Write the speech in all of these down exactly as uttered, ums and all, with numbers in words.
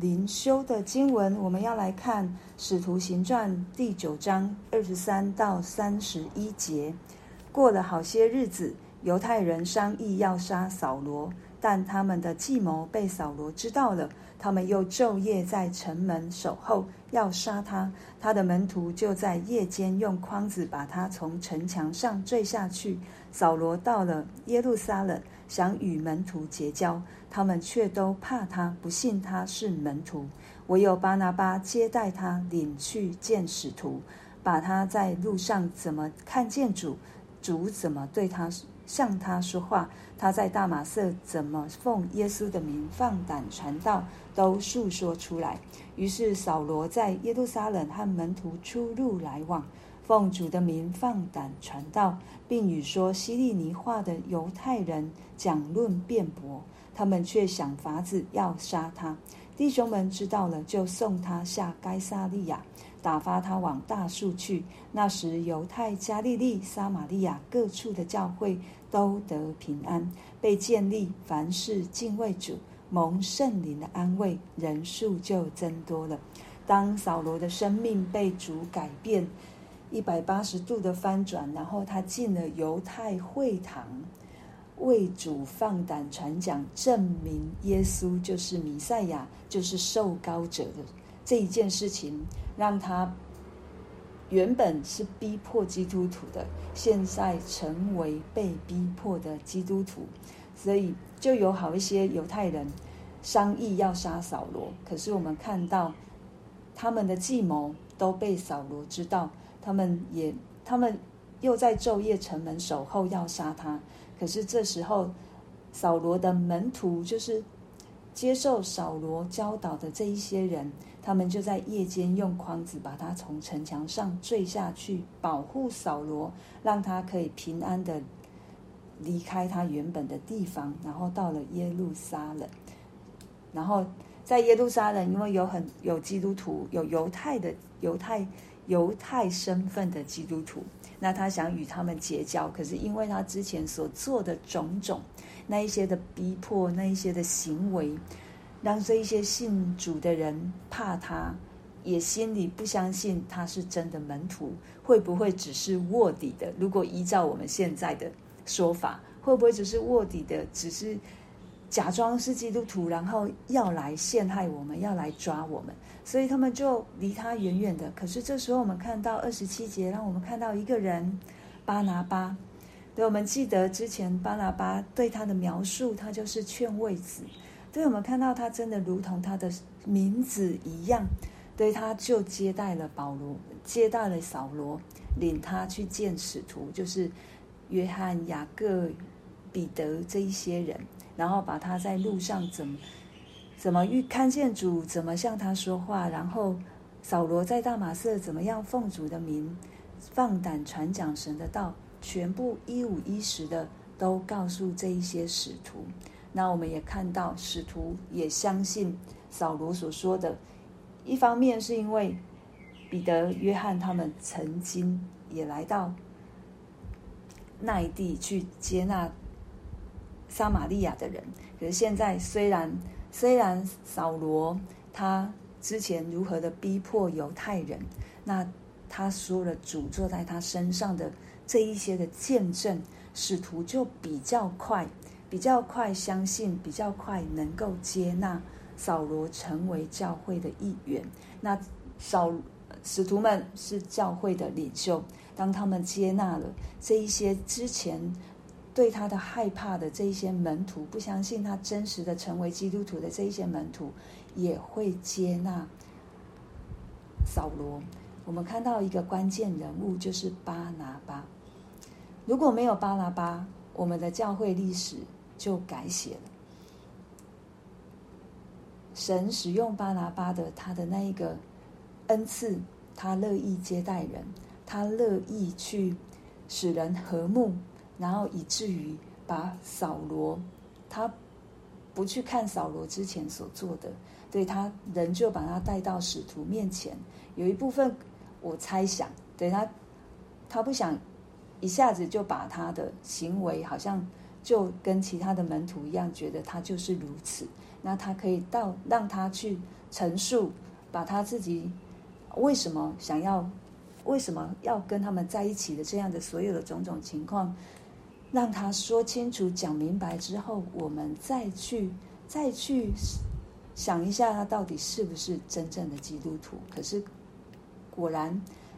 灵修的经文，我们要来看《使徒行传》第九章二十三到三十一节。过了好些日子，犹太人商议要杀扫罗，但他们的计谋被扫罗知道了，他们又昼夜在城门守候，要杀他。他的门徒就在夜间用筐子把他从城墙上坠下去。扫罗到了耶路撒冷，想与门徒结交，他们却都怕他，不信他是门徒。唯有巴拿巴接待他，领去见使徒，把他在路上怎么看见主，主怎么对他向他说话，他在大马色怎么奉耶稣的名放胆传道，都述说出来。于是扫罗在耶路撒冷和门徒出入来往，奉主的名放胆传道，并与说希利尼话的犹太人讲论辩驳，他们却想法子要杀他。弟兄们知道了，就送他下该撒利亚，打发他往大树去。那时犹太、加利利、撒玛利亚各处的教会都得平安，被建立，凡事敬畏主，蒙圣灵的安慰，人数就增多了。当扫罗的生命被主改变一百八十度的翻转，然后他进了犹太会堂，为主放胆传讲，证明耶稣就是弥赛亚，就是受膏者的这一件事情，让他原本是逼迫基督徒的，现在成为被逼迫的基督徒。所以就有好一些犹太人商议要杀扫罗，可是我们看到他们的计谋都被扫罗知道，他们也他们又在昼夜城门守候要杀他。可是这时候扫罗的门徒，就是接受扫罗教导的这一些人，他们就在夜间用筐子把他从城墙上坠下去，保护扫罗，让他可以平安的离开他原本的地方，然后到了耶路撒冷。然后在耶路撒冷，因为有很有基督徒，有犹太的犹太犹太身份的基督徒，那他想与他们结交，可是因为他之前所做的种种，那一些的逼迫，那一些的行为，让这一些信主的人怕他，也心里不相信他是真的门徒，会不会只是卧底的？如果依照我们现在的说法，会不会只是卧底的，只是假装是基督徒，然后要来陷害我们，要来抓我们，所以他们就离他远远的。可是这时候我们看到二十七节，让我们看到一个人，巴拿巴。对，我们记得之前巴拿巴对他的描述，他就是劝慰子。对，我们看到他真的如同他的名字一样，对，他就接待了保罗，接待了扫罗，领他去见使徒，就是约翰、雅各、彼得这一些人，然后把他在路上怎么怎么遇看见主，怎么向他说话，然后扫罗在大马色怎么样奉主的名放胆传讲神的道，全部一五一十的都告诉这一些使徒。那我们也看到使徒也相信扫罗所说的，一方面是因为彼得、约翰他们曾经也来到那一地去接纳撒玛利亚的人，可是现在虽然虽然扫罗他之前如何的逼迫犹太人，那他说了主坐在他身上的这一些的见证，使徒就比较快比较快相信，比较快能够接纳扫罗成为教会的一员。那扫使徒们是教会的领袖，当他们接纳了这一些之前对他的害怕的这一些门徒，不相信他真实的成为基督徒的这一些门徒，也会接纳扫罗。我们看到一个关键人物，就是巴拿巴。如果没有巴拿巴，我们的教会历史就改写了。神使用巴拿巴的他的那一个恩赐，他乐意接待人，他乐意去使人和睦，然后以至于把扫罗，他不去看扫罗之前所做的，对，他人就把他带到使徒面前。有一部分我猜想，对，他他不想一下子就把他的行为好像就跟其他的门徒一样，觉得他就是如此， 那他可以到让他去陈述，把他自己为什么想要为什么要跟他们在一起的这样的所有的种种情况，让他说清楚讲明白之后，我们再去再去想一下他到底是不是真正的基督徒。可是果然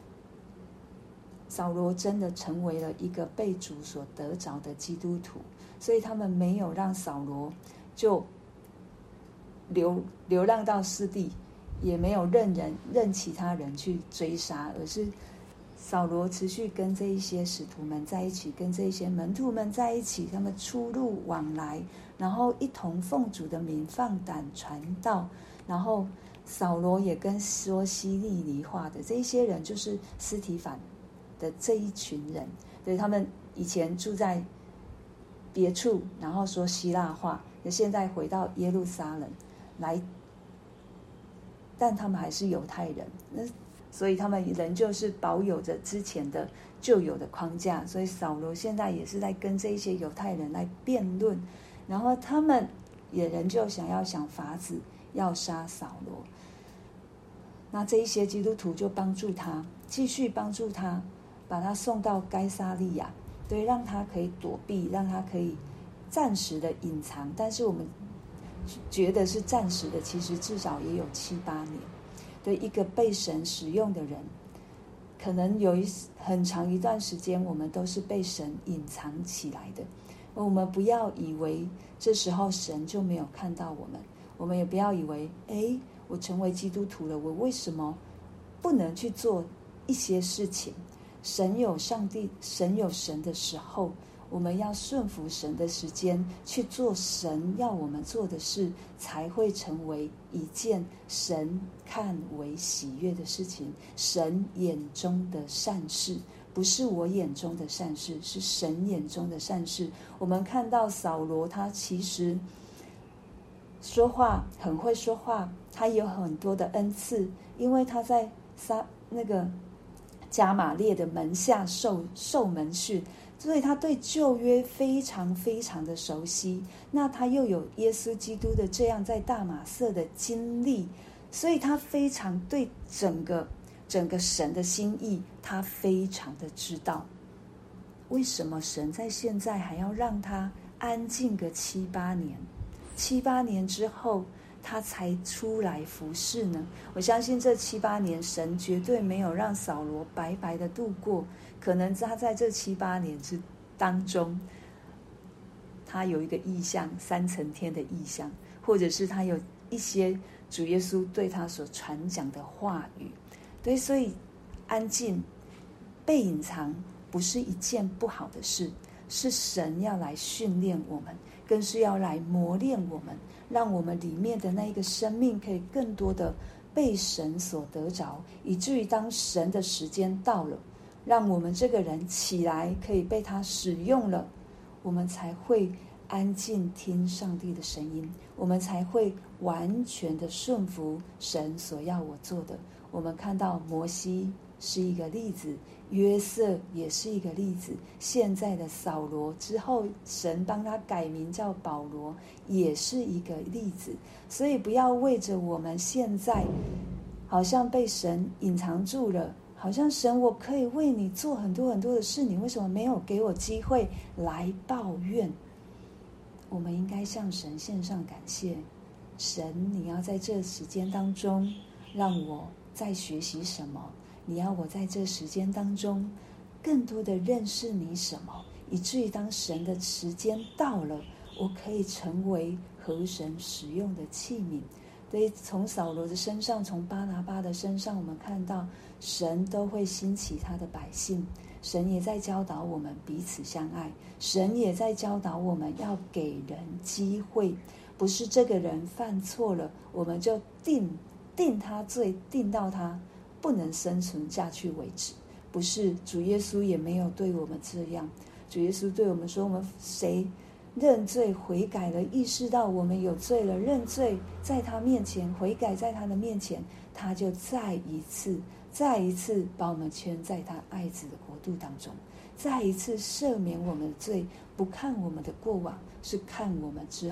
扫罗真的成为了一个被主所得着的基督徒，所以他们没有让扫罗就流流浪到失地，也没有任人任其他人去追杀，而是扫罗持续跟这一些使徒们在一起，跟这一些门徒们在一起，他们出入往来，然后一同奉主的名放胆传道。然后扫罗也跟说希利尼话的这一些人，就是司提反的这一群人，对，他们以前住在别处，然后说希腊话，现在回到耶路撒冷来，但他们还是犹太人，那所以他们仍旧是保有着之前的旧有的框架。所以扫罗现在也是在跟这一些犹太人来辩论，然后他们也仍旧想要想法子要杀扫罗。那这一些基督徒就帮助他，继续帮助他，把他送到该撒利亚，对，让他可以躲避，让他可以暂时的隐藏。但是我们觉得是暂时的，其实至少也有七八年。对一个被神使用的人，可能有一很长一段时间，我们都是被神隐藏起来的。我们不要以为这时候神就没有看到我们，我们也不要以为，哎，我成为基督徒了，我为什么不能去做一些事情？神有上帝，神有神的时候，我们要顺服神的时间，去做神要我们做的事，才会成为一件神看为喜悦的事情，神眼中的善事。不是我眼中的善事，是神眼中的善事。我们看到扫罗，他其实说话很会说话，他有很多的恩赐，因为他在撒那个加玛列的门下受受门训，所以他对旧约非常非常的熟悉。那他又有耶稣基督的这样在大马色的经历，所以他非常对整个整个神的心意，他非常的知道。为什么神在现在还要让他安静个七八年？七八年之后，他才出来服侍呢？我相信这七八年，神绝对没有让扫罗白白的度过。可能他在这七八年之当中，他有一个异象，三层天的异象，或者是他有一些主耶稣对他所传讲的话语。对，所以安静、被隐藏不是一件不好的事，是神要来训练我们，更是要来磨练我们，让我们里面的那一个生命可以更多的被神所得着，以至于当神的时间到了，让我们这个人起来可以被他使用了，我们才会安静听上帝的声音，我们才会完全的顺服神所要我做的。我们看到摩西是一个例子，约瑟也是一个例子，现在的扫罗之后神帮他改名叫保罗，也是一个例子。所以不要为着我们现在好像被神隐藏住了，好像神我可以为你做很多很多的事，你为什么没有给我机会来抱怨？我们应该向神献上感谢。神，你要在这时间当中让我在学习什么？你要我在这时间当中更多的认识你什么，以至于当神的时间到了，我可以成为合神使用的器皿。所以从扫罗的身上，从巴拿巴的身上，我们看到神都会兴起他的百姓，神也在教导我们彼此相爱，神也在教导我们要给人机会，不是这个人犯错了我们就定定他罪，定到他不能生存下去为止。不是，主耶稣也没有对我们这样。主耶稣对我们说，我们谁认罪悔改了，意识到我们有罪了，认罪在他面前，悔改在他的面前，他就再一次再一次把我们圈在他爱子的国度当中，再一次赦免我们的罪，不看我们的过往，是看我们之后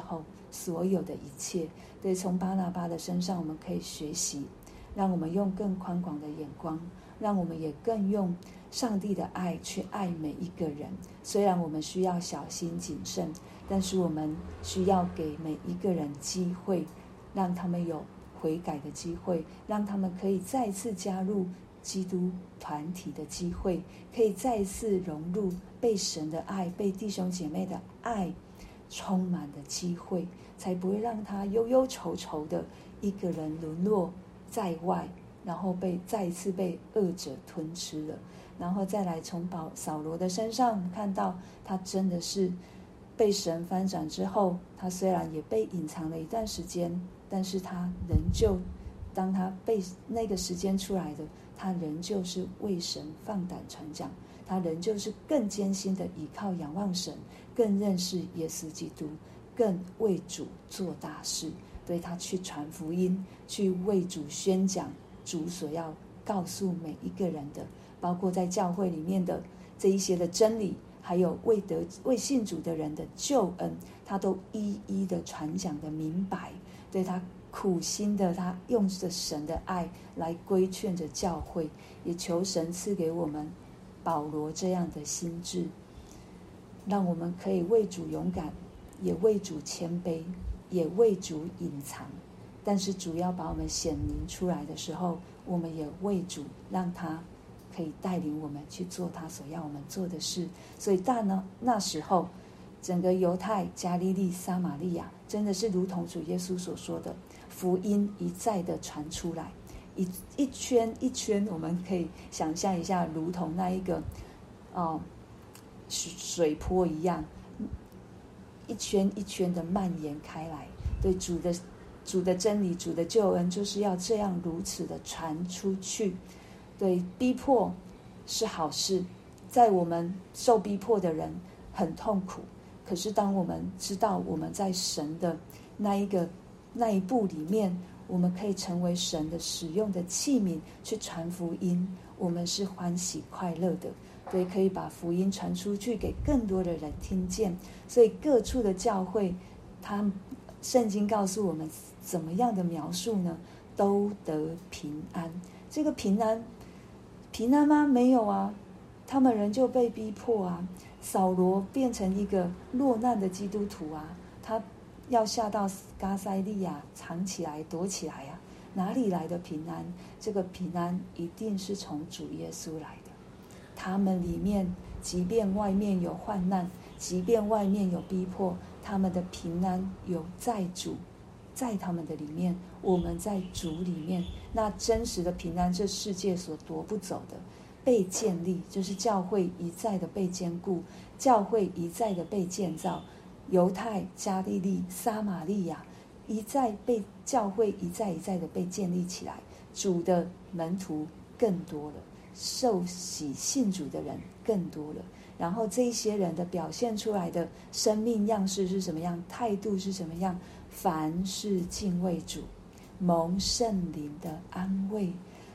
所有的一切。对，从巴拿巴的身上我们可以学习，让我们用更宽广的眼光，让我们也更用上帝的爱去爱每一个人。虽然我们需要小心谨慎，但是我们需要给每一个人机会，让他们有悔改的机会，让他们可以再次加入基督团体的机会，可以再次融入被神的爱、被弟兄姐妹的爱充满的机会，才不会让他忧忧愁愁的一个人沦落在外，然后被再一次被恶者吞吃了。然后再来从保扫罗的身上看到，他真的是被神翻转之后，他虽然也被隐藏了一段时间，但是他仍旧，当他被那个时间出来的，他仍旧是为神放胆传讲，他仍旧是更艰辛的倚靠仰望神，更认识耶稣基督，更为主做大事。对，他去传福音，去为主宣讲主所要告诉每一个人的，包括在教会里面的这一些的真理，还有为得为信主的人的救恩，他都一一的传讲的明白。对，他苦心的，他用着神的爱来规劝着教会，也求神赐给我们保罗这样的心志，让我们可以为主勇敢，也为主谦卑，也为主隐藏。但是主要把我们显明出来的时候，我们也为主，让他可以带领我们去做他所要我们做的事。所以大呢那时候，整个犹太、加利利、撒玛利亚，真的是如同主耶稣所说的，福音一再的传出来，一一圈一圈，我们可以想象一下，如同那一个哦水波一样，一圈一圈的蔓延开来。对，主的主的真理、主的救恩，就是要这样如此的传出去。对，逼迫是好事，在我们受逼迫的人很痛苦，可是当我们知道我们在神的那一个那一步里面，我们可以成为神的使用的器皿去传福音，我们是欢喜快乐的。对，可以把福音传出去给更多的人听见。所以各处的教会，他圣经告诉我们怎么样的描述呢？都得平安。这个平安平安吗？没有啊，他们仍旧被逼迫啊。扫罗变成一个落难的基督徒啊，他要下到加塞利亚藏起来躲起来啊，哪里来的平安？这个平安一定是从主耶稣来的。他们里面即便外面有患难，即便外面有逼迫，他们的平安有在主，在他们的里面，我们在主里面。那真实的平安，这世界所夺不走的，被建立，就是教会一再的被坚固，教会一再的被建造，犹太、加利利、撒玛利亚一再被教会一再一再的被建立起来，主的门徒更多了，受洗信主的人更多了。然后这一些人的表现出来的生命样式是什么样，态度是什么样？凡事敬畏主，蒙圣灵的安慰。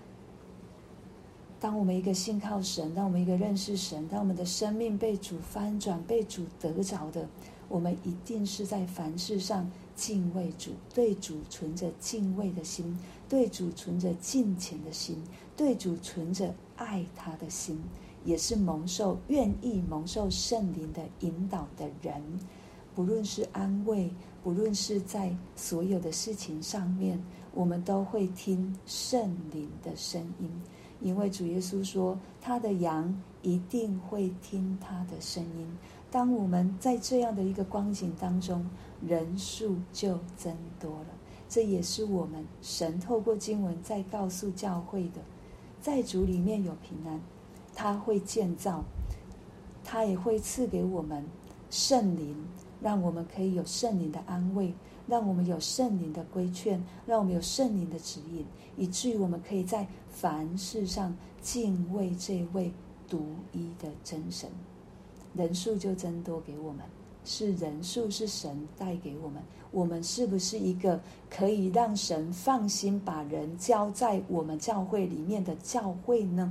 当我们一个信靠神，当我们一个认识神，当我们的生命被主翻转，被主得着的，我们一定是在凡事上敬畏主，对主存着敬畏的心，对主存着敬虔的心，对主存着爱他的心，也是蒙受愿意蒙受圣灵的引导的人。不论是安慰，不论是在所有的事情上面，我们都会听圣灵的声音，因为主耶稣说他的羊一定会听他的声音。当我们在这样的一个光景当中，人数就增多了。这也是我们神透过经文在告诉教会的，在主里面有平安，他会建造，他也会赐给我们圣灵，让我们可以有圣灵的安慰，让我们有圣灵的规劝，让我们有圣灵的指引，以至于我们可以在凡事上敬畏这位独一的真神。人数就增多给我们，是人数是神带给我们。我们是不是一个可以让神放心把人交在我们教会里面的教会呢？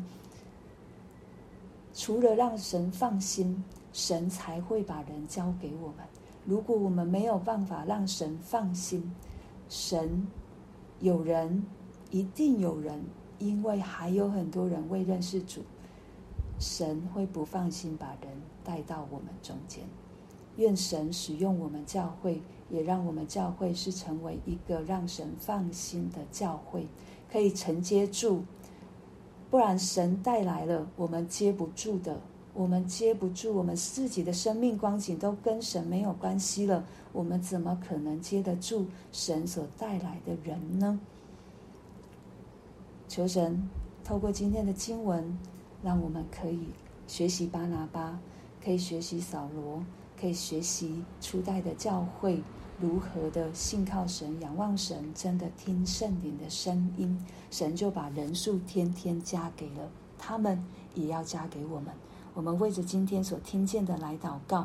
除了让神放心，神才会把人交给我们。 如果我们没有办法让神放心，神有人一定有人，因为还有很多人未认识主，神会不放心把人带到我们中间。愿神使用我们教会，也让我们教会是成为一个让神放心的教会，可以承接住，不然神带来了我们接不住的，我们接不住，我们自己的生命光景都跟神没有关系了，我们怎么可能接得住神所带来的人呢？求神透过今天的经文，让我们可以学习巴拿巴，可以学习扫罗，可以学习初代的教会如何的信靠神、仰望神，真的听圣灵的声音，神就把人数天天加给了他们，也要加给我们。我们为着今天所听见的来祷告，